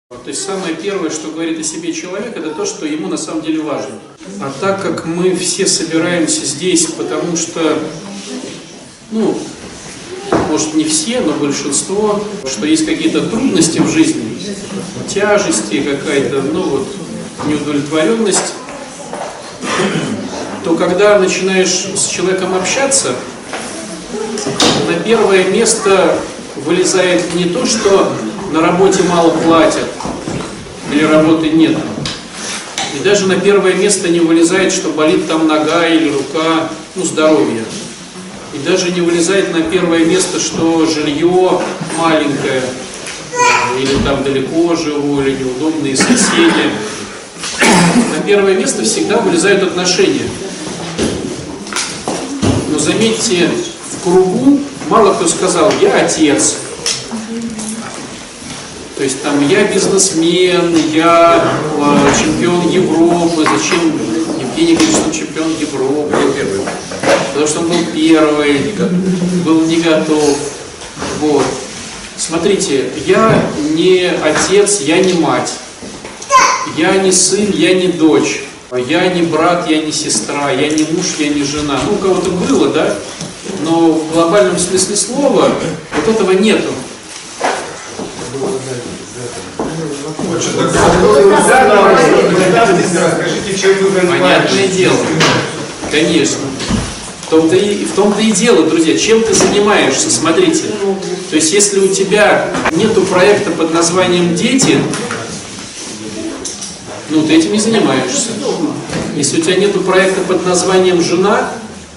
То есть самое первое, что говорит о себе человек, это то, что ему на самом деле важно. А так как мы все собираемся здесь, потому что, может не все, но большинство, что есть какие-то трудности в жизни, тяжести какая-то, неудовлетворенность, то когда начинаешь с человеком общаться, на первое место вылезает не то, что на работе мало платят или работы нет. И даже на первое место не вылезает, что болит там нога или рука, здоровье. И даже не вылезает на первое место, что жилье маленькое, или там далеко живу, или неудобные соседи. На первое место всегда вылезают отношения. Но заметьте, в кругу мало кто сказал: я отец. То есть там я бизнесмен, я чемпион Европы. Зачем Евгений говорит, что он чемпион Европы? Потому что он был первый, был не готов. Вот. Смотрите, я не отец, я не мать. Я не сын, я не дочь. Я не брат, я не сестра, я не муж, я не жена. У кого-то было, да? Но в глобальном смысле слова вот этого нету. Понятное дело. Конечно. В том-то и дело, друзья, чем ты занимаешься, смотрите. То есть, если у тебя нету проекта под названием «Дети», ты этим не занимаешься. Если у тебя нету проекта под названием «Жена»,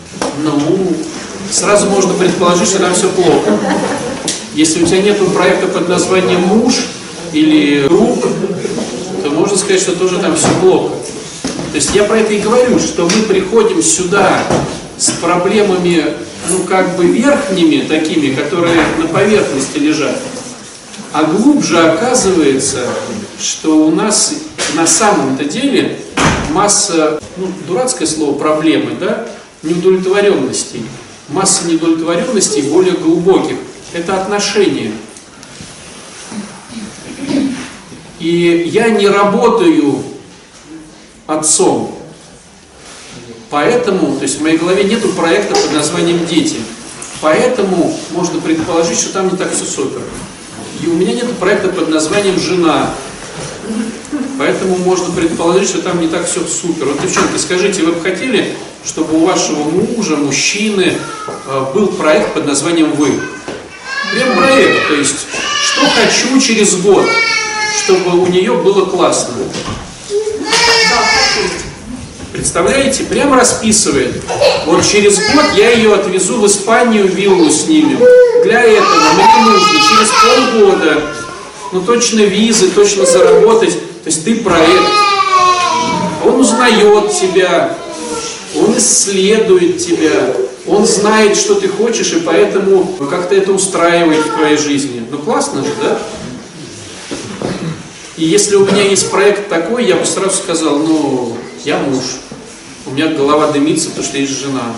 сразу можно предположить, что там все плохо. Если у тебя нету проекта под названием «Муж» или «Друг», то можно сказать, что тоже там все плохо. То есть я про это и говорю, что мы приходим сюда с проблемами, верхними такими, которые на поверхности лежат. А глубже оказывается, что у нас на самом-то деле масса, дурацкое слово, проблемы, да, неудовлетворенностей. Масса неудовлетворенностей более глубоких. Это отношения. И я не работаю отцом. Поэтому, то есть в моей голове нету проекта под названием «Дети». Поэтому можно предположить, что там не так все супер. И у меня нету проекта под названием «Жена». Поэтому можно предположить, что там не так все супер. Вот, девчонки, скажите, вы бы хотели, чтобы у вашего мужа, мужчины, был проект под названием «Вы»? Прям проект, то есть, что хочу через год, чтобы у нее было классно. Представляете, прям расписывает. Вот через год я ее отвезу в Испанию, виллу снимем. Для этого мне нужно через полгода, точно визы, точно заработать. То есть ты проект. Он узнает тебя, он исследует тебя, он знает, что ты хочешь, и поэтому как-то это устраивает в твоей жизни. Классно же, да? И если у меня есть проект такой, я бы сразу сказал, я муж. У меня голова дымится, потому что есть жена.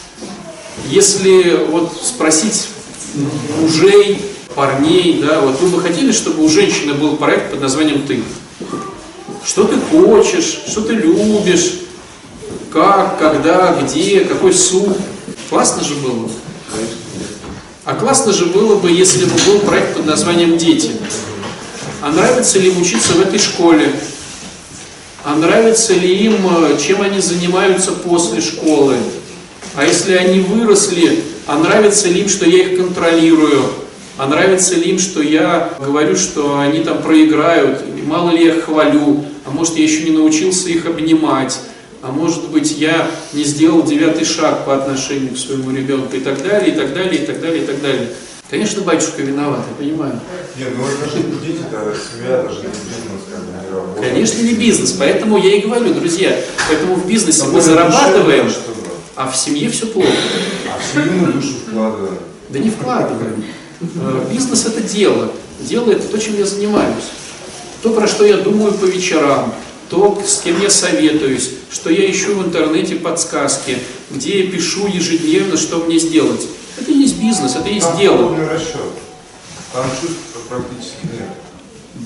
Если спросить мужей, парней, да, вы бы хотели, чтобы у женщины был проект под названием «Ты»? Что ты хочешь, что ты любишь, как, когда, где, какой суп. Классно же было бы. А классно же было бы, если бы был проект под названием «Дети». А нравится ли им учиться в этой школе? А нравится ли им, чем они занимаются после школы? А если они выросли, а нравится ли им, что я их контролирую? А нравится ли им, что я говорю, что они там проиграют? И мало ли я их хвалю? А может, я еще не научился их обнимать? А может быть, я не сделал 9-й шаг по отношению к своему ребенку? И так далее, и так далее, и так далее, и так далее. Конечно, батюшка виноват, я понимаю. Нет, дети, это семья, даже не бизнес, не работа. Конечно, не бизнес, поэтому я и говорю, друзья, поэтому в бизнесе мы зарабатываем, а в семье все плохо. А в семью мы душу вкладываем. Да не вкладываем. Бизнес это дело. Дело это то, чем я занимаюсь. То, про что я думаю по вечерам, то, с кем я советуюсь, что я ищу в интернете подсказки, где я пишу ежедневно, что мне сделать. Это и есть бизнес, это и есть дело. Расчет. Там чувств практически нет.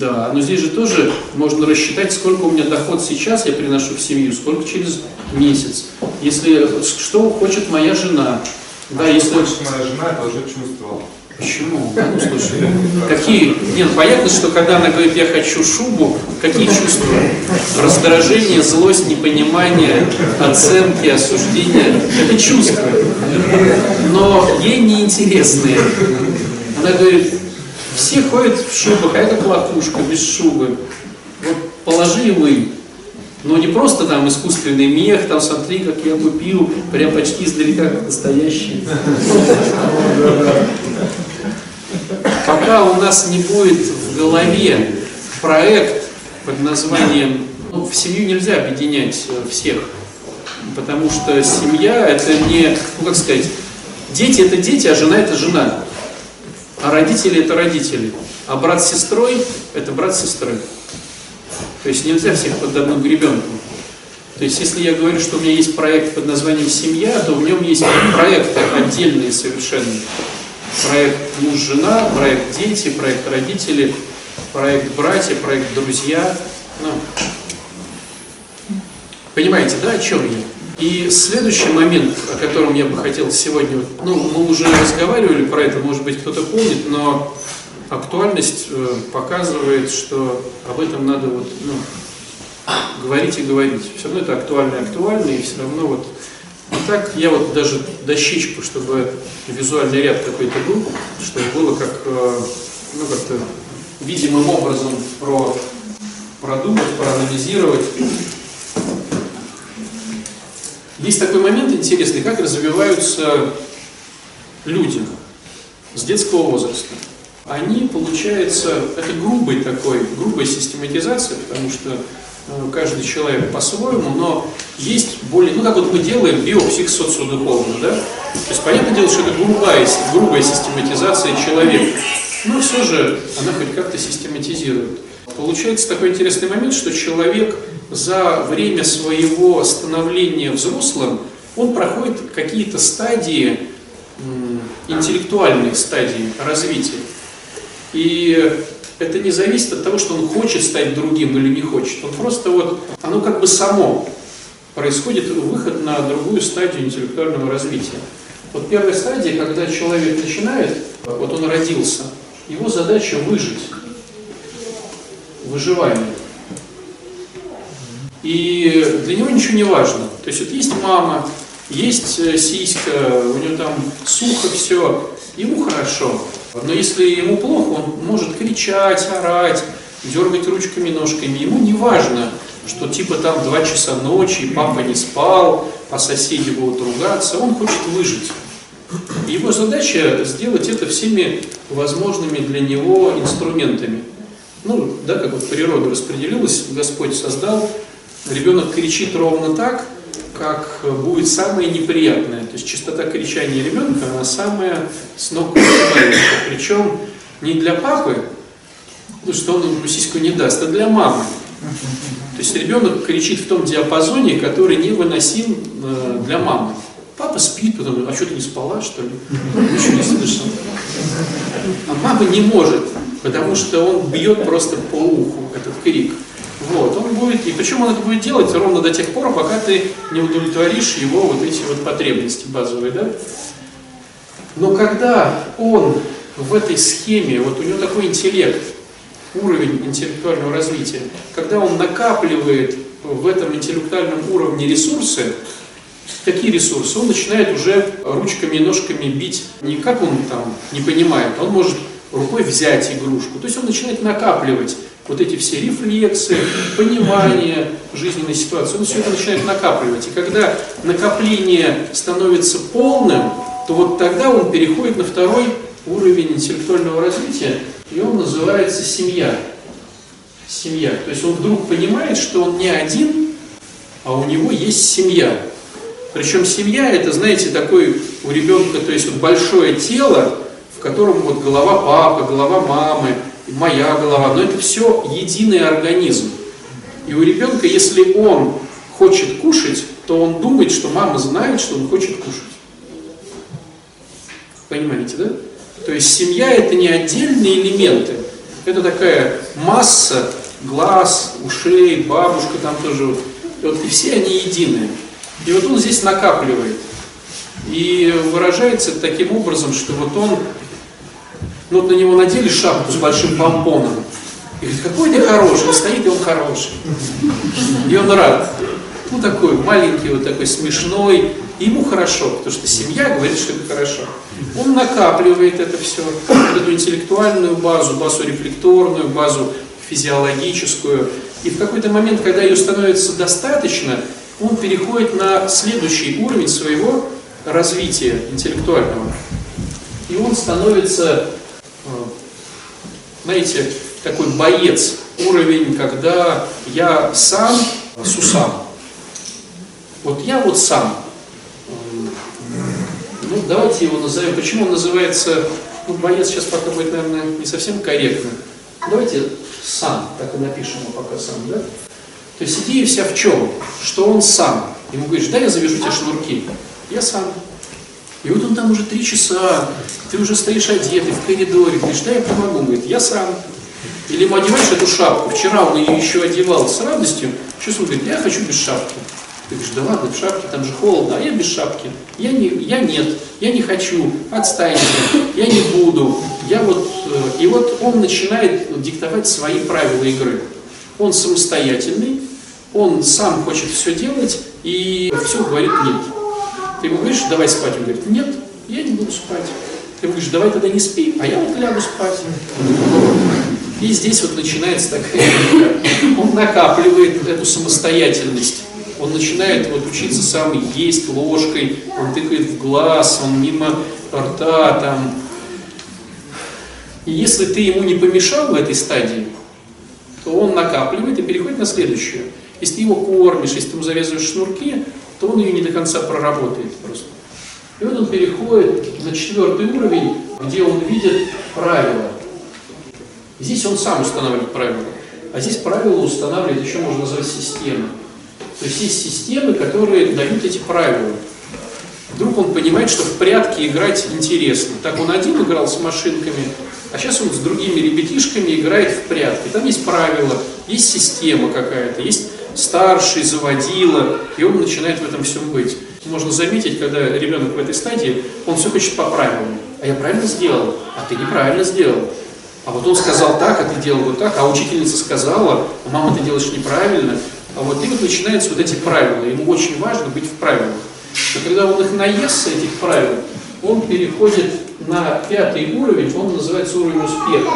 Да, но здесь же тоже можно рассчитать, сколько у меня доход сейчас я приношу в семью, сколько через месяц. Если что хочет моя жена. Да, если хочет моя жена, это уже чувство. Почему? Ну, слушай, какие... Нет, понятно, что когда она говорит, я хочу шубу, какие чувства? Раздражение, злость, непонимание, оценки, осуждение. Это чувства. Но ей неинтересные. Она говорит, все ходят в шубах, а это клокушка без шубы. Вот положи и вы. Но не просто там искусственный мех, там смотри, как я купил, прям почти издалека, как настоящий. Пока у нас не будет в голове проект под названием... Ну, в семью нельзя объединять всех, потому что семья это не... Ну, как сказать, дети это дети, а жена это жена. А родители это родители. А брат с сестрой это брат с сестрой. То есть нельзя всех под одну гребенку. То есть если я говорю, что у меня есть проект под названием «Семья», то в нем есть проекты отдельные совершенно. Проект муж-жена, проект дети, проект родители, проект братья, проект друзья. Ну, понимаете, да, о чем я? И следующий момент, о котором я бы хотел сегодня, ну, мы уже разговаривали про это, может быть, кто-то помнит, но актуальность показывает, что об этом надо вот, ну, говорить и говорить. Все равно это актуально, и все равно вот. Итак, я вот даже дощечку, чтобы визуальный ряд какой-то был, чтобы было как, ну, как-то видимым образом продумать, проанализировать. Есть такой момент интересный, как развиваются люди с детского возраста. Они, получается, это грубая систематизация, потому что каждый человек по-своему, но есть более, ну как вот мы делаем биопсихосоциодуховно, да? То есть понятное дело, что это грубая систематизация человека, но все же она хоть как-то систематизирует. Получается такой интересный момент, что человек за время своего становления взрослым, он проходит какие-то стадии, интеллектуальные стадии развития. И это не зависит от того, что он хочет стать другим или не хочет. Он просто вот, оно как бы само происходит выход на другую стадию интеллектуального развития. Вот первая стадия, когда человек начинает, вот он родился, его задача выжить, выживание. И для него ничего не важно. То есть вот есть мама, есть сиська, у него там сухо все, ему хорошо. Но если ему плохо, он может кричать, орать, дергать ручками, ножками. Ему не важно, что типа там 2 часа ночи, папа не спал, а соседи будут ругаться. Он хочет выжить. И его задача сделать это всеми возможными для него инструментами. Ну, да, как вот природа распределилась, Господь создал, ребенок кричит ровно так, как будет самое неприятное. То есть частота кричания ребенка, она самая сногсшибательная. Причем не для папы, потому что он ему сиську не даст, а для мамы. То есть ребенок кричит в том диапазоне, который невыносим для мамы. Папа спит, потом, а что ты не спала, что ли? Ничего не слышал. А мама не может, потому что он бьет просто по уху, этот крик. Вот, он будет, и причем он это будет делать ровно до тех пор, пока ты не удовлетворишь его вот эти вот потребности базовые, да? Но когда он в этой схеме, вот у него такой интеллект, уровень интеллектуального развития, когда он накапливает в этом интеллектуальном уровне ресурсы, какие ресурсы? Он начинает уже ручками и ножками бить, не как он там не понимает, он может рукой взять игрушку, то есть он начинает накапливать вот эти все рефлексы, понимание жизненной ситуации, он все это начинает накапливать. И когда накопление становится полным, то вот тогда он переходит на второй уровень интеллектуального развития, и он называется семья. Семья. То есть он вдруг понимает, что он не один, а у него есть семья. Причем семья это, знаете, такой у ребенка, то есть вот большое тело, в котором вот голова папы, голова мамы, моя голова, но это все единый организм. И у ребенка, если он хочет кушать, то он думает, что мама знает, что он хочет кушать. Понимаете, да? То есть семья это не отдельные элементы, это такая масса глаз, ушей, бабушка там тоже. Вот. И все они единые. И вот он здесь накапливает. И выражается таким образом, что вот он, ну вот на него надели шапку с большим помпоном. И говорит, какой ты хороший, он стоит, и он хороший. И он рад. Ну такой маленький, вот такой смешной. И ему хорошо, потому что семья говорит, что это хорошо. Он накапливает это все, эту интеллектуальную базу, базу рефлекторную, базу физиологическую. И в какой-то момент, когда ее становится достаточно, он переходит на следующий уровень своего развития интеллектуального. И он становится, знаете, такой боец, уровень, когда я сам сусам. Вот я вот сам. Ну, давайте его назовем. Почему он называется, ну, боец сейчас пока будет, наверное, не совсем корректно. Давайте сам, так и напишем его пока сам, да? То есть идея вся в чем? Что он сам. Ему говоришь, да, я завяжу тебе шнурки. Я сам. И вот он там уже 3 часа, ты уже стоишь одетый в коридоре, говоришь, да, я помогу. Он говорит, я сам. Или ему одеваешь эту шапку, вчера он ее еще одевал с радостью, сейчас он говорит, я хочу без шапки. Ты говоришь, да ладно, в шапке, там же холодно, а я без шапки. Я не хочу, отстаньте, я не буду. И вот он начинает диктовать свои правила игры. Он самостоятельный, он сам хочет все делать и все говорит нет. Ты ему говоришь, давай спать, он говорит, нет, я не буду спать. Ты ему говоришь, давай тогда не спи, а я вот лягу спать. И здесь вот начинается такая игра. Он накапливает эту самостоятельность. Он начинает вот учиться сам есть ложкой, он тыкает в глаз, он мимо рта там. И если ты ему не помешал в этой стадии, то он накапливает и переходит на следующую. Если ты его кормишь, если ты ему завязываешь шнурки, то он ее не до конца проработает просто. И вот он переходит на 4-й уровень, где он видит правила. Здесь он сам устанавливает правила. А здесь правила устанавливает, еще можно назвать системой. То есть есть системы, которые дают эти правила. Вдруг он понимает, что в прятки играть интересно. Так он один играл с машинками, а сейчас он с другими ребятишками играет в прятки. Там есть правила, есть система какая-то, есть старший, заводила, и он начинает в этом всем быть. Можно заметить, когда ребенок в этой стадии, он все хочет по правилам. А я правильно сделал, а ты неправильно сделал. А вот он сказал так, а ты делал вот так, а учительница сказала, а мама, ты делаешь неправильно. А вот и вот начинаются вот эти правила. Ему очень важно быть в правилах. Но когда он их наестся, этих правил, он переходит на 5-й уровень, он называется уровень успеха.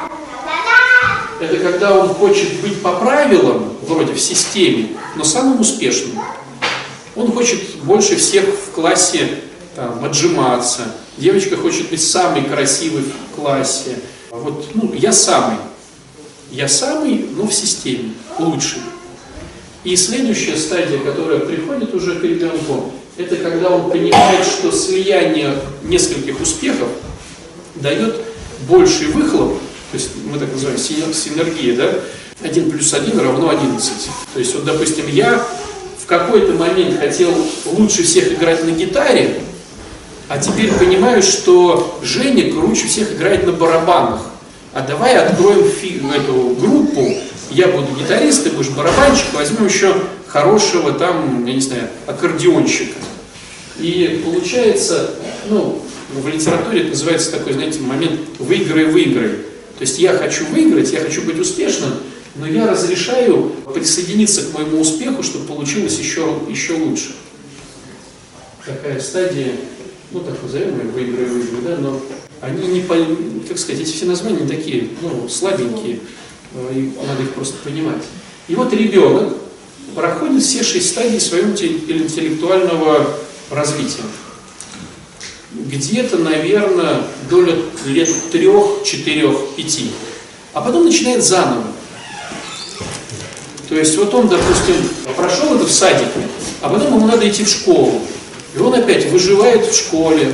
Это когда он хочет быть по правилам, вроде в системе, но самым успешным. Он хочет больше всех в классе там, отжиматься. Девочка хочет быть самой красивой в классе. Вот, ну, я самый, но в системе, лучший. И следующая стадия, которая приходит уже к ребенку, это когда он понимает, что слияние нескольких успехов дает больший выхлоп, то есть мы так называем синергия, да? 1 + 1 = 11. То есть, вот, допустим, я в какой-то момент хотел лучше всех играть на гитаре, а теперь понимаю, что Женя круче всех играет на барабанах. А давай откроем эту группу, я буду гитарист, ты будешь барабанщик, возьмем еще хорошего там, я не знаю, аккордеонщика. И получается, ну, в литературе это называется такой, знаете, момент «выиграй-выиграй». То есть я хочу выиграть, я хочу быть успешным, но я разрешаю присоединиться к моему успеху, чтобы получилось еще лучше. Такая стадия, ну так назовем ее «выиграй-выиграй», да, но они не, как сказать, эти все названия не такие, ну, слабенькие, и надо их просто понимать. И вот ребенок проходит все 6 стадий своего интеллектуального развития. Где-то, наверное, до лет 3, 4, 5. А потом начинает заново. То есть вот он, допустим, прошел это в садике, а потом ему надо идти в школу. И он опять выживает в школе.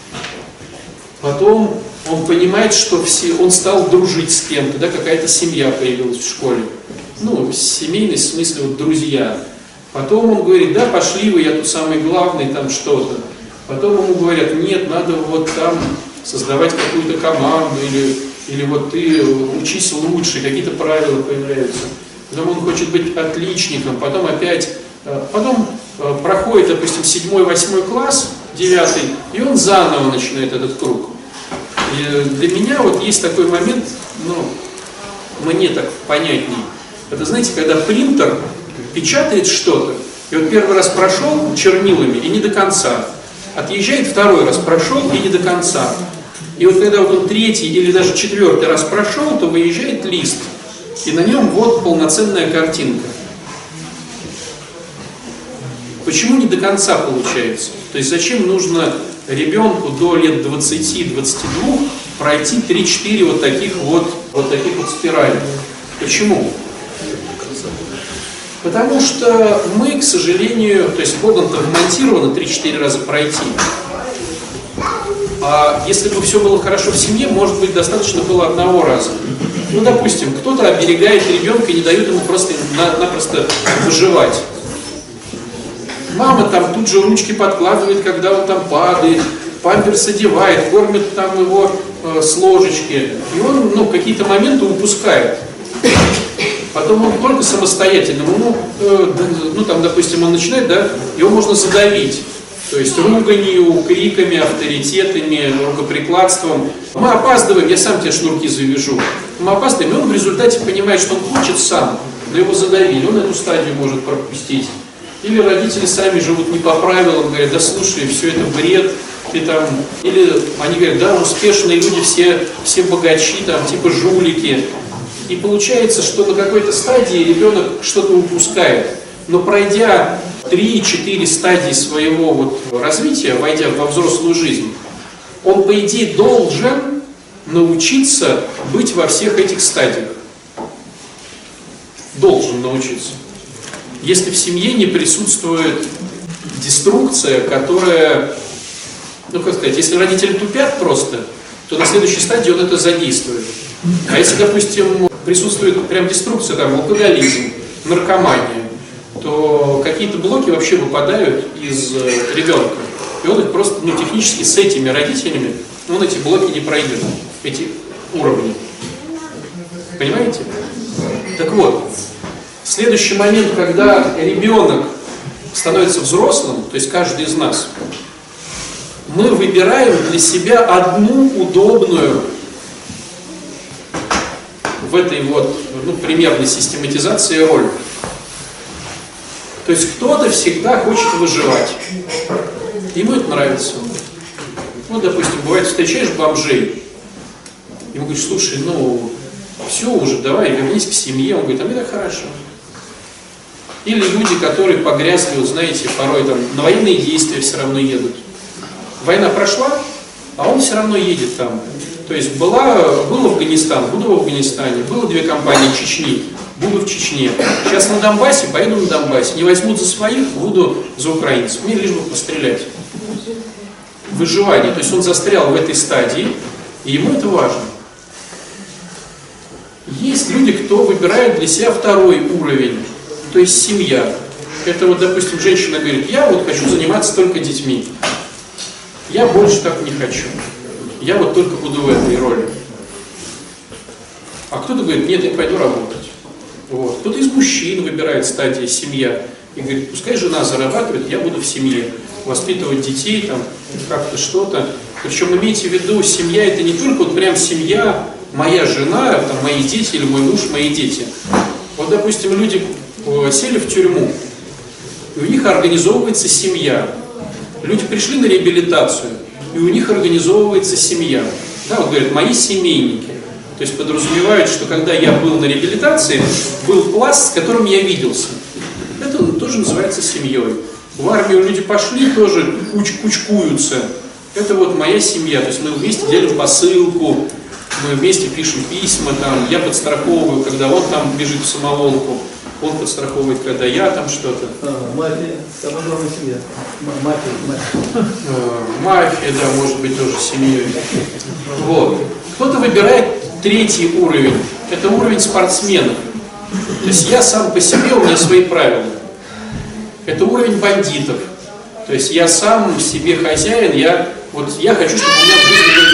Потом он понимает, что он стал дружить с кем-то, да, какая-то семья появилась в школе. Ну, семейность, в смысле, вот друзья. Потом он говорит, да, пошли вы, я тут самый главный, там что-то. Потом ему говорят, нет, надо вот там создавать какую-то команду или или вот ты учись лучше, какие-то правила появляются. Потом он хочет быть отличником, потом опять, потом проходит, допустим, 7-8 класс, 9, и он заново начинает этот круг. И для меня вот есть такой момент, ну, мне так понятней. Это, знаете, когда принтер печатает что-то, и вот первый раз прошел чернилами и не до конца, отъезжает второй раз, прошел и не до конца. И вот когда вот он третий или даже четвертый раз прошел, то выезжает лист, и на нем вот полноценная картинка. Почему не до конца получается? То есть зачем нужно ребенку до лет 20-22 пройти 3-4 вот таких вот спиралей? Почему? Потому что мы, к сожалению, то есть Богом-то вмонтировано 3-4 раза пройти. А если бы все было хорошо в семье, может быть, достаточно было одного раза. Ну, допустим, кто-то оберегает ребенка и не дает ему просто-напросто выживать. Мама там тут же ручки подкладывает, когда он там падает, памперс одевает, кормит там его с ложечки. И он, ну, какие-то моменты упускает. Потом он только самостоятельно, ну там, допустим, он начинает, да, его можно задавить. То есть руганью, криками, авторитетами, рукоприкладством. Мы опаздываем, я сам тебе шнурки завяжу. Мы опаздываем, и он в результате понимает, что он хочет сам, но его задавили, он эту стадию может пропустить. Или родители сами живут не по правилам, говорят, да слушай, все это бред, ты там... Или они говорят, да, успешные люди все богачи, там, типа жулики. И получается, что на какой-то стадии ребенок что-то упускает. Но пройдя 3-4 стадии своего вот развития, войдя во взрослую жизнь, он, по идее, должен научиться быть во всех этих стадиях. Должен научиться. Если в семье не присутствует деструкция, которая, ну как сказать, если родители тупят просто, то на следующей стадии он это задействует. А если, допустим, присутствует прям деструкция, там, алкоголизм, наркомания, то какие-то блоки вообще выпадают из ребенка. И он их просто, ну, технически с этими родителями, он эти блоки не пройдет, эти уровни. Понимаете? Так вот, следующий момент, когда ребенок становится взрослым, то есть каждый из нас, мы выбираем для себя одну удобную в этой вот, ну, примерной систематизации роль. То есть кто-то всегда хочет выживать. Ему это нравится. Вот, допустим, бывает, встречаешь бомжей, ему говоришь, слушай, ну, все уже, давай, вернись к семье. Он говорит, а мне так хорошо. Или люди, которые погрязли, вот, знаете, порой там на военные действия все равно едут. Война прошла, а он все равно едет там. То есть был Афганистан, буду в Афганистане, было 2 кампании Чечни, буду в Чечне. Сейчас на Донбассе, поеду на Донбассе. Не возьмут за своих, буду за украинцев. Мне лишь бы пострелять. Выживание. То есть он застрял в этой стадии, и ему это важно. Есть люди, кто выбирает для себя второй уровень, то есть семья. Это вот, допустим, женщина говорит, я вот хочу заниматься только детьми. Я больше так не хочу. Я вот только буду в этой роли. А кто-то говорит, нет, я пойду работать. Вот. Кто-то из мужчин выбирает стадию семья и говорит, пускай жена зарабатывает, я буду в семье, воспитывать детей, там, как-то что-то. Причем имейте в виду, семья это не только вот прям семья, моя жена, там, мои дети или мой муж, мои дети. Вот, допустим, люди сели в тюрьму, и у них организовывается семья. Люди пришли на реабилитацию, и у них организовывается семья. Да, вот говорят, мои семейники. То есть подразумевают, что когда я был на реабилитации, был пласт, с которым я виделся. Это тоже называется семьей. В армию люди пошли, тоже кучкуются. Это вот моя семья. То есть мы вместе делим посылку, мы вместе пишем письма, там, я подстраховываю, когда он там бежит в самоволку. Он подстраховывает, когда я там что-то. Мафия, самая главная семья. Мафия. Мафия, да, может быть, тоже семьей. Вот. Кто-то выбирает третий уровень. Это уровень спортсменов. То есть я сам по себе, у меня свои правила. Это уровень бандитов. То есть я сам себе хозяин, я хочу, чтобы у меня в жизни были такие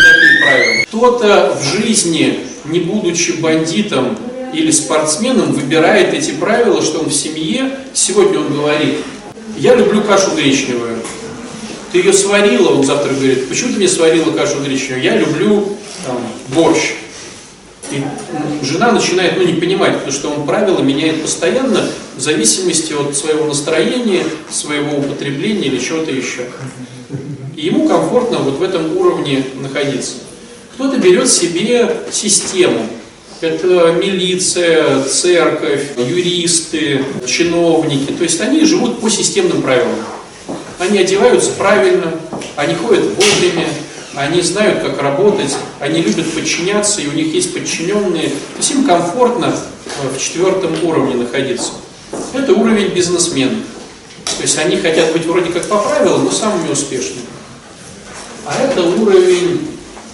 правила. Кто-то в жизни, не будучи бандитом или спортсменом, выбирает эти правила, что он в семье. Сегодня он говорит: я люблю кашу гречневую. Ты ее сварила, он завтра говорит: почему ты мне сварила кашу гречневую? Я люблю там, борщ. И жена начинает не понимать, потому что он правила меняет постоянно в зависимости от своего настроения, своего употребления или чего-то еще. И ему комфортно вот в этом уровне находиться. Кто-то берет себе систему. Это милиция, церковь, юристы, чиновники. То есть они живут по системным правилам. Они одеваются правильно, они ходят вовремя, они знают, как работать, они любят подчиняться, и у них есть подчиненные. То есть им комфортно в 4-м уровне находиться. Это уровень бизнесменов. То есть они хотят быть вроде как по правилам, но самыми успешными. А это уровень,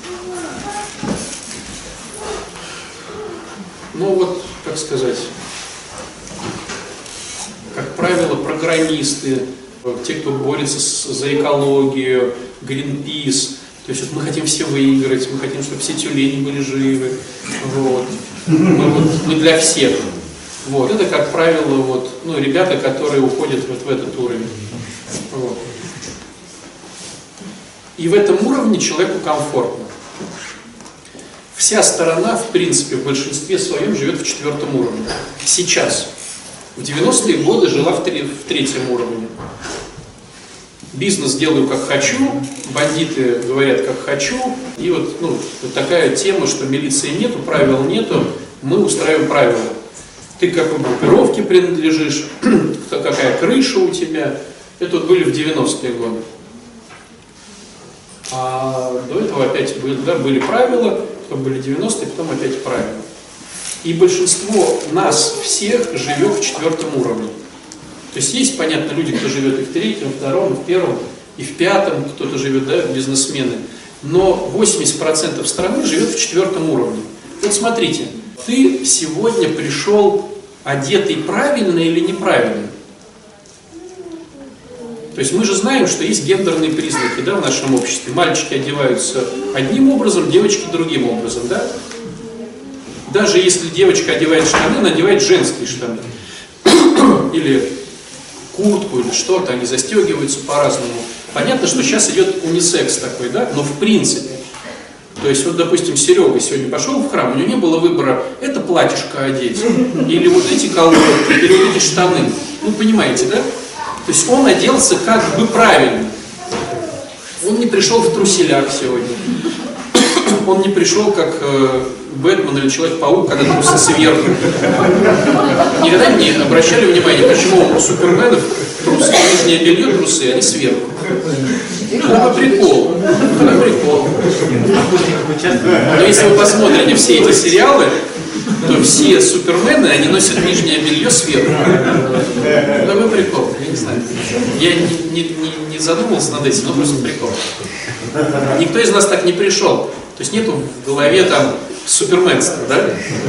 как сказать, как правило, программисты, те, кто борется за экологию, Greenpeace. То есть мы хотим все выиграть, мы хотим, чтобы все тюлени были живы. Вот. Мы для всех. Вот. Это, как правило, ребята, которые уходят в этот уровень. Вот. И в этом уровне человеку комфортно. Вся сторона, в принципе, в большинстве своем живет в 4-м уровне. Сейчас. В 90-е годы жила в 3-м уровне. Бизнес делаю как хочу, бандиты говорят как хочу. И вот такая тема, что милиции нету, правил нету, мы устраиваем правила. Ты к какой группировке принадлежишь, какая крыша у тебя. Это были в 90-е годы. А до этого опять были правила, потом были 90-е, потом опять правила. И большинство нас всех живет в 4-м уровне. То есть есть, понятно, люди, кто живет и в 3-м, в 2-м, в 1-м, и в 5-м, кто-то живет, бизнесмены. Но 80% страны живет в 4-м уровне. Вот смотрите, ты сегодня пришел одетый правильно или неправильно? То есть мы же знаем, что есть гендерные признаки, в нашем обществе. Мальчики одеваются одним образом, девочки другим образом, да? Даже если девочка одевает штаны, она одевает женские штаны. Или куртку, или что-то, они застегиваются по-разному. Понятно, что сейчас идет унисекс такой, да? Но в принципе. То есть, допустим, Серега сегодня пошел в храм, у него не было выбора, это платьишко одеть, или вот эти колготки, или вот эти штаны. Понимаете, да? То есть он оделся как бы правильно. Он не пришел в труселях сегодня. Он не пришел как Бэтмен или Человек-паук, когда трусы сверху. Никогда не обращали внимания, почему у суперменов трусы, нижнее белье, трусы, они сверху. Это прикол. Это прикол. Но если вы посмотрите все эти сериалы, то все супермены, они носят нижнее белье сверху. Такой прикол, я не знаю. Я не задумывался над этим, но просто прикол. Никто из нас так не пришел. То есть нету в голове там суперменства, да?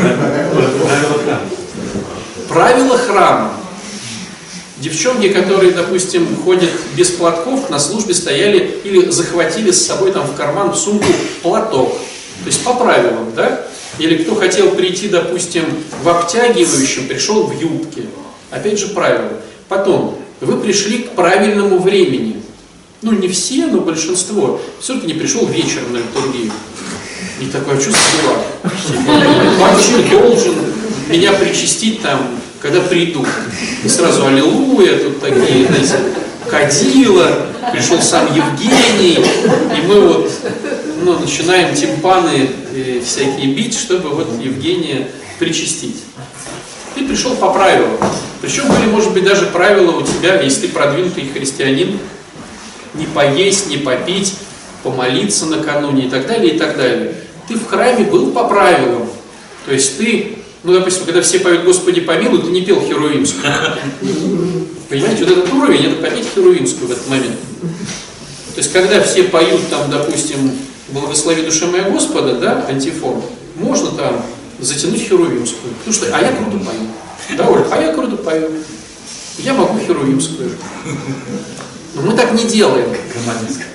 Правила храма. Девчонки, которые, допустим, ходят без платков, на службе стояли или захватили с собой там в карман, в сумку платок. То есть по правилам, да? Или кто хотел прийти, допустим, в обтягивающем, пришел в юбке. Опять же правила. Потом, вы пришли к правильному времени. Не все, но большинство. Все-таки не пришел вечером на литургию. И такое чувство было. Батюшка должен меня причастить там, когда приду. И сразу аллилуйя, тут такие, знаете, кадила, пришел сам Евгений, и мы начинаем тимпаны всякие бить, чтобы Евгения причастить. Ты пришел по правилам. Причем были, может быть, даже правила у тебя, если ты продвинутый христианин, не поесть, не попить, помолиться накануне и так далее, и так далее. Ты в храме был по правилам. То есть ты, допустим, когда все поют «Господи помилуй», ты не пел херувимскую. Понимаете, вот этот уровень, это попеть херувимскую в этот момент. То есть когда все поют там, допустим, «Благослови душа моя Господа», да, антифон, можно там затянуть херувимскую. Потому что, а я круто пою. Да, Оль, а я круто пою. Я могу херувимскую. Но мы так не делаем.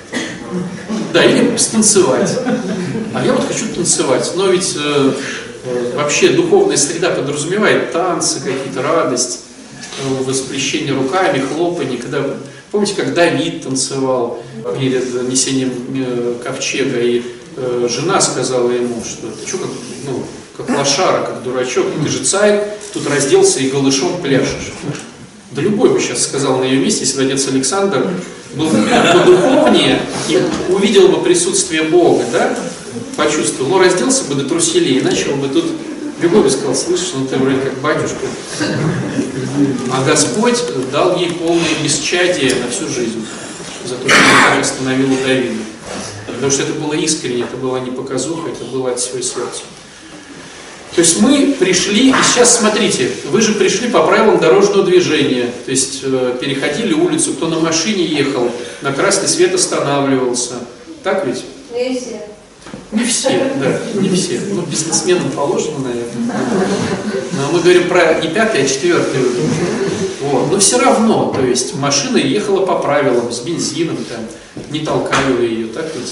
Да, или станцевать. А я вот хочу танцевать. Но ведь вообще духовная среда подразумевает танцы, какие-то радость, воспрещение руками, хлопанье. Помните, как Давид танцевал перед несением ковчега, и жена сказала ему, что ты что, как лошара, как дурачок, ты же царь, тут разделся и голышом пляшешь. Да любой бы сейчас сказал на ее месте, если бы отец Александр был подуховнее и увидел бы присутствие Бога, да, почувствовал, но разделся бы до труселей, и начал бы тут, любой бы сказал, слышишь, ну ты вроде как батюшка. А Господь дал ей полное бесчадие на всю жизнь за то, что она остановила Давида. Потому что это было искренне, это была не показуха, это было от всего сердца. То есть мы пришли, и сейчас смотрите, вы же пришли по правилам дорожного движения, то есть переходили улицу, кто на машине ехал, на красный свет останавливался. Так ведь? Не все. Не все, да, не все. Ну, бизнесменам положено, наверное. Но мы говорим про не 5-й, а 4-й уровень. Вот. Но все равно, то есть машина ехала по правилам, с бензином, там, не толкали ее, так ведь,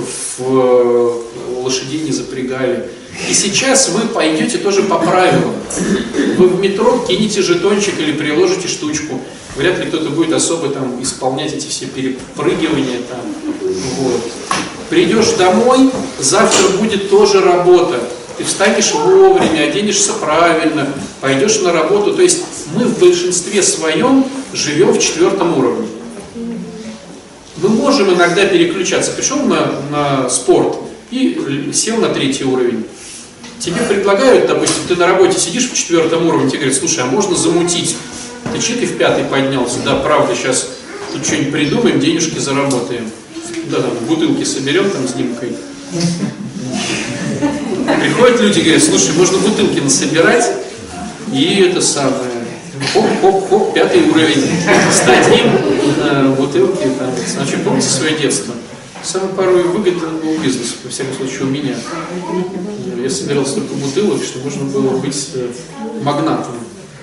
лошадей не запрягали. И сейчас вы пойдете тоже по правилам. Вы в метро кинете жетончик или приложите штучку. Вряд ли кто-то будет особо там исполнять эти все перепрыгивания. Там. Вот. Придешь домой, завтра будет тоже работа. Ты встанешь вовремя, оденешься правильно, пойдешь на работу. То есть мы в большинстве своем живем в 4-м уровне. Мы можем иногда переключаться. Пришел на спорт и сел на 3-й уровень. Тебе предлагают, допустим, ты на работе сидишь в 4-м уровне, тебе говорят, слушай, а можно замутить? Ты че ты в 5-й поднялся? Да, правда, сейчас тут что-нибудь придумаем, денежки заработаем. Да, там, бутылки соберем там с Димкой. Приходят люди и говорят, слушай, можно бутылки насобирать, и это самое, хоп-хоп-хоп, 5-й уровень, сдадим бутылки, там, значит, помните свое детство? Самый порой выгодный был бизнес, во всяком случае у меня. Я собирал столько бутылок, что можно было быть магнатом.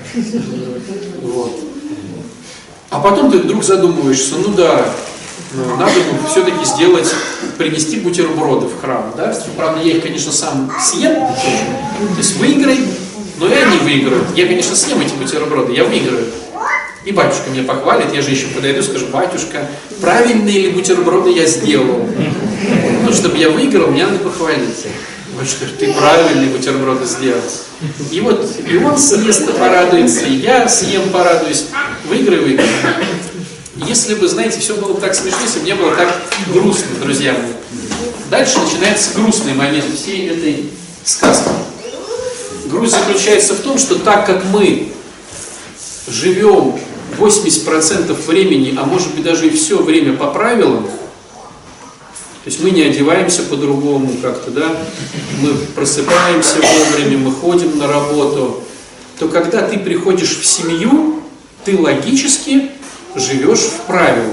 Вот. А потом ты вдруг задумываешься, ну да, надо бы все-таки сделать, принести бутерброды в храм. Да? Правда, я их, конечно, сам съем, то есть выиграй, но я не выиграю. Я, конечно, съем эти бутерброды, я выиграю. И батюшка меня похвалит, я же еще подойду и скажу, батюшка, правильные ли бутерброды я сделал? Ну, чтобы я выиграл, мне надо похвалить. Батюшка, ты правильные бутерброды сделал. И вот и он съест, порадуется, и я съем, порадуюсь. Выиграю. Если бы, знаете, все было бы так смешно, если бы не было так грустно, друзья мои. Дальше начинается грустный момент всей этой сказки. Грусть заключается в том, что так как мы живем 80% времени, а может быть даже и все время по правилам, то есть мы не одеваемся по-другому как-то, да, мы просыпаемся вовремя, мы ходим на работу, то когда ты приходишь в семью, ты логически живешь в правилах.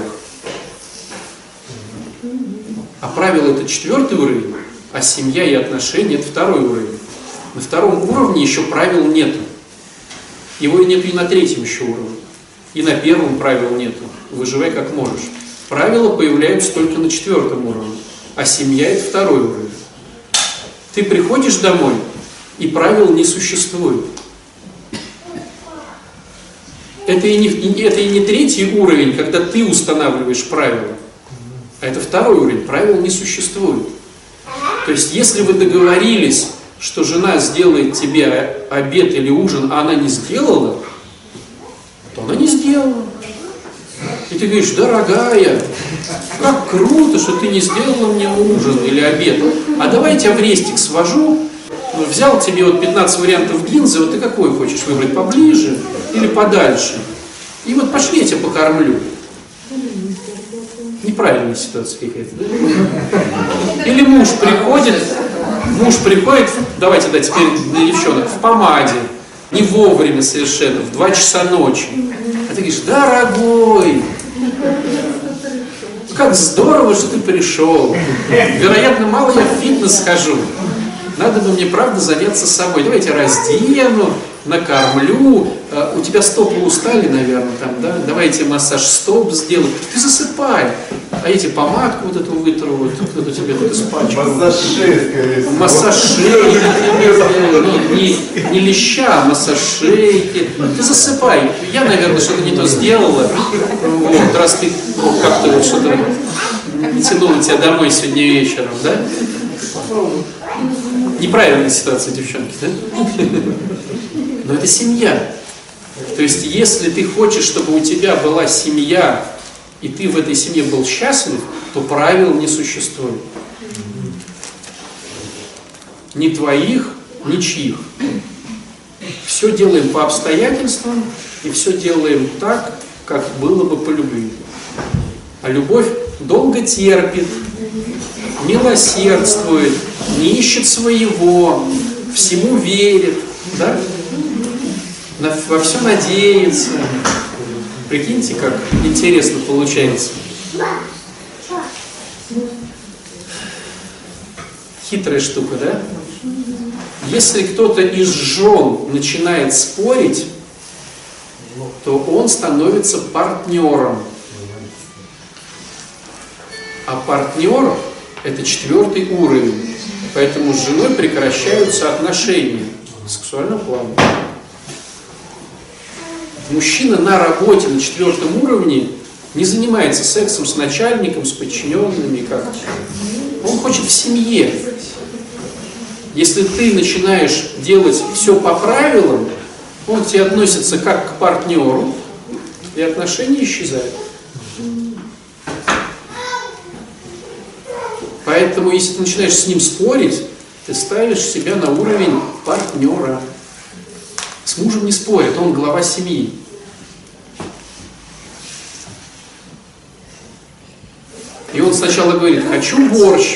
А правила это 4-й уровень, а семья и отношения это 2-й уровень. На 2-м уровне еще правил нету. Его нету и на 3-м еще уровне. И на 1-м правил нету. Выживай как можешь. Правила появляются только на 4-м уровне. А семья это 2-й уровень. Ты приходишь домой, и правил не существует. Это и не 3-й уровень, когда ты устанавливаешь правила. А это 2-й уровень. Правил не существует. То есть, если вы договорились, что жена сделает тебе обед или ужин, а она не сделала, то она не сделала. И ты говоришь, дорогая, как круто, что ты не сделала мне ужин или обед. А давай я тебя в рестик свожу. Взял тебе вот 15 вариантов гинзы, вот ты какой хочешь выбрать, поближе или подальше. И вот пошли, я тебя покормлю. Неправильная ситуация какая-то. Или муж приходит, давайте, да, теперь для девчонок, в помаде, не вовремя совершенно, в 2 часа ночи. А ты говоришь, дорогой, как здорово, что ты пришел. Вероятно, мало я в фитнес хожу. Надо бы мне, правда, заняться собой. Давайте раздену, накормлю. У тебя стопы устали, наверное, там, да? Давайте массаж стоп сделаю. Ты засыпай. А А эти помадку вот эту вытру, вот кто-то тебе тут испачкал. Массаж шеи, скорее всего. Массаж шеи, не леща, а массаж шейки. Ты засыпай. Я, наверное, что-то не то сделала. Вот, раз ты как-то вот что-то не тянула тебя домой сегодня вечером, да? Неправильная ситуация, девчонки, да? Но это семья. То есть, если ты хочешь, чтобы у тебя была семья, и ты в этой семье был счастлив, то правил не существует. Ни твоих, ни чьих. Все делаем по обстоятельствам, и все делаем так, как было бы по любви. А любовь долго терпит, милосердствует, не ищет своего, всему верит, да? Во все надеется. Прикиньте, как интересно получается. Хитрая штука, да? Если кто-то из жен начинает спорить, то он становится партнером. А партнер – это 4-й уровень. Поэтому с женой прекращаются отношения в сексуальном плане. Мужчина на работе на 4-м уровне не занимается сексом с начальником, с подчиненными, как он хочет в семье. Если ты начинаешь делать все по правилам, он к тебе относится как к партнеру, и отношения исчезают. Поэтому, если ты начинаешь с ним спорить, ты ставишь себя на уровень партнера. С мужем не спорит, он глава семьи. И он сначала говорит: хочу борщ.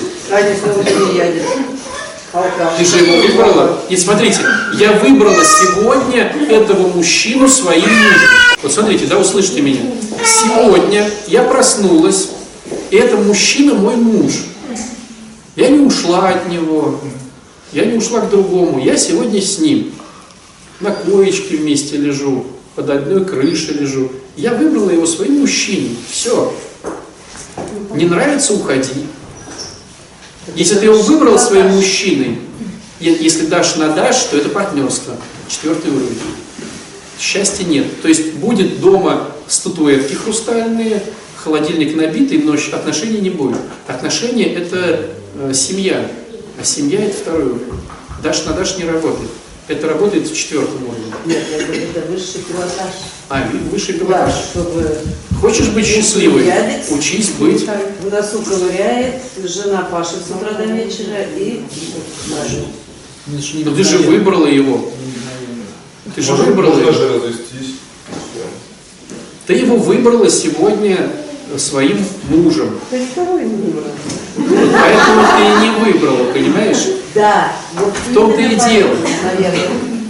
Ты же его выбрала. И смотрите, я выбрала сегодня этого мужчину своим мужем. Вот смотрите, да, услышьте меня. Сегодня я проснулась, и это мужчина мой муж. Я не ушла от него, я не ушла к другому, я сегодня с ним. На коечке вместе лежу, под одной крышей лежу. Я выбрала его своим мужчиной. Все. Не нравится — уходи. Если ты его выбрал своим мужчиной, если дашь на дашь, то это партнерство. 4-й уровень. Счастья нет. То есть будет дома статуэтки хрустальные, холодильник набитый, но отношений не будет. Отношения – это семья, а семья – это 2-й уровень. Дашь на дашь не работает. Это работает в 4-м уровне. Нет, это высший пилотаж. А, высший пилотаж. Да, чтобы... Хочешь быть счастливой? Учись быть. В носу ковыряет, жена пашет с утра до вечера и... Но ты же выбрала его. Ты же выбрала его. Можно же развестись. Ты его выбрала сегодня своим мужем. Ты никого не выбрала. Поэтому ты и не выбрала, понимаешь? Да. Вот в том-то и дело. Наверное.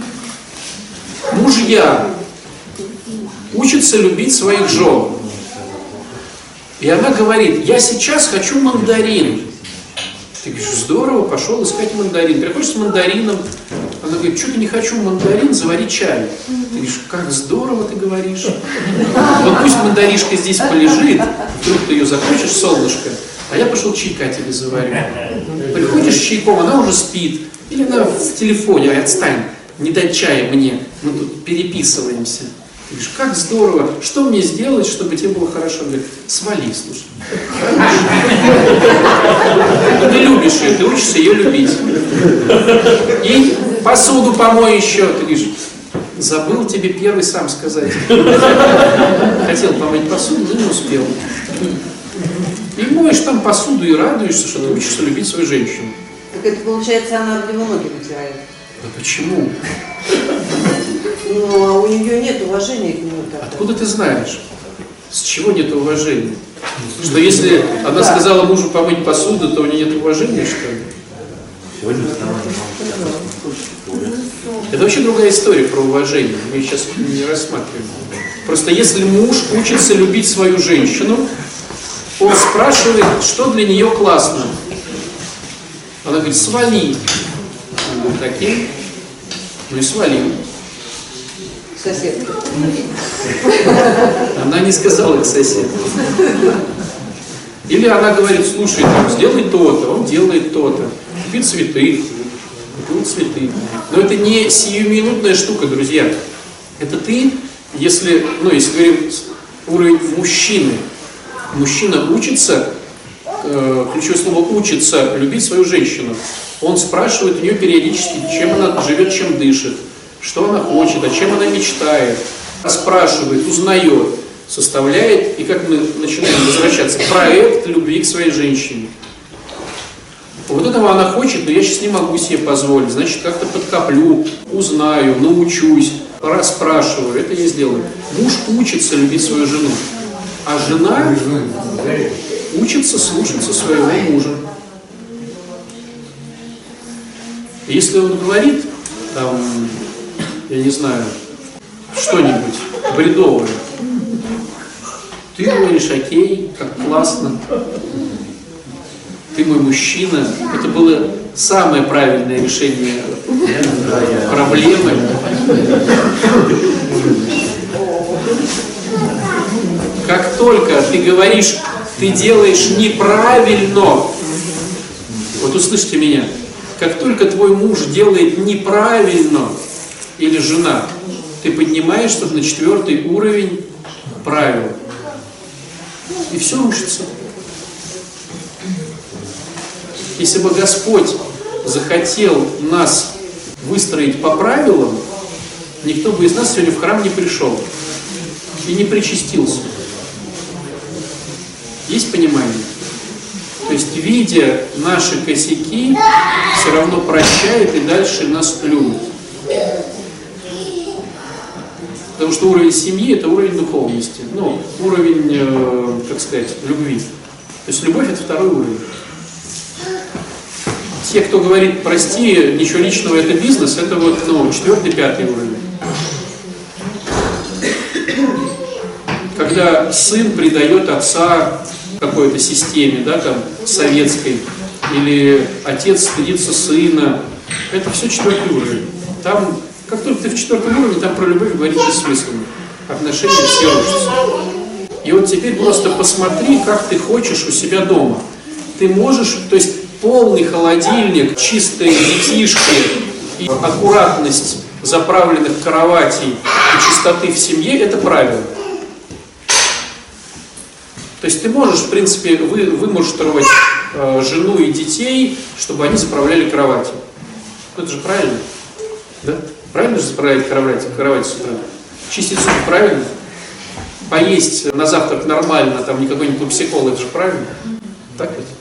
Мужья учатся любить своих жен. И она говорит: я сейчас хочу мандарин. Ты говоришь: здорово, пошел искать мандарин. Приходишь с мандарином, она говорит: что-то не хочу мандарин, завари чай. Ты говоришь: как здорово ты говоришь. Вот пусть мандаришка здесь полежит, вдруг ты ее захочешь, солнышко, а я пошел чайка тебе заварю. Приходишь с чайком, она уже спит. Или она в телефоне: отстань, не дай чая мне, мы тут переписываемся. Ты говоришь: как здорово, что мне сделать, чтобы тебе было хорошо? Он говорит: свали, слушай. Ты любишь ее, ты учишься ее любить. И посуду помой еще. Ты говоришь: забыл тебе первый сам сказать. Хотел помыть посуду, но не успел. И моешь там посуду и радуешься, что ты учишься любить свою женщину. Так это получается, она об него ноги вытирает. Да почему? Ну, а у нее нет уважения к нему тогда. Откуда ты знаешь? С чего нет уважения? Что если она сказала мужу помыть посуду, то у нее нет уважения, что ли? Это вообще другая история про уважение. Мы ее сейчас не рассматриваем. Просто если муж учится любить свою женщину, он спрашивает, что для нее классно. Она говорит: свали. Он говорит: таким. Ну и свали. Соседка. Она не сказала к соседу. Или она говорит, слушай, там, сделай то-то, он делает то-то. Купи цветы, купил цветы. Но это не сиюминутная штука, друзья. Это ты, если говорим уровень мужчины, мужчина учится, ключевое слово учится любить свою женщину. Он спрашивает у нее периодически, чем она живет, чем дышит, что она хочет, о чем она мечтает. Спрашивает, узнает, составляет, и как мы начинаем возвращаться, проект любви к своей женщине. Вот этого она хочет, но я сейчас не могу себе позволить. Значит, как-то подкоплю, узнаю, научусь, расспрашиваю. Это я сделаю. Муж учится любить свою жену, а жена учится слушаться своего мужа. Если он говорит, там, я не знаю, что-нибудь бредовое, ты говоришь, окей, как классно, ты мой мужчина. Это было самое правильное решение проблемы. Как только ты говоришь, ты делаешь неправильно, вот услышьте меня, как только твой муж делает неправильно, или жена, ты поднимаешься на 4-й уровень правил. И все рушится. Если бы Господь захотел нас выстроить по правилам, никто бы из нас сегодня в храм не пришел и не причастился. Есть понимание? То есть, видя наши косяки, все равно прощает и дальше нас любит. Потому что уровень семьи – это уровень духовности, уровень, как сказать, любви. То есть любовь – это 2-й уровень. Те, кто говорит, прости, ничего личного, это бизнес, это вот 4-й, 5-й уровень. Когда сын предает отца какой-то системе, да, там, советской, или отец стыдится сына, это все 4-й уровень. Там, как только ты в 4-м уровне, там про любовь говорить бессмысленно. Отношения все рушатся. И вот теперь просто посмотри, как ты хочешь у себя дома. Ты можешь, то есть полный холодильник, чистые детишки и аккуратность заправленных кроватей и чистоты в семье – это правило. То есть ты можешь, в принципе, вымуштровать жену и детей, чтобы они заправляли кровати. Это же правильно. Да? Правильно же заправлять кровать с утра? Чистить зубы правильно? Поесть на завтрак нормально, там никакой не клопсикол, это же правильно? Так ведь?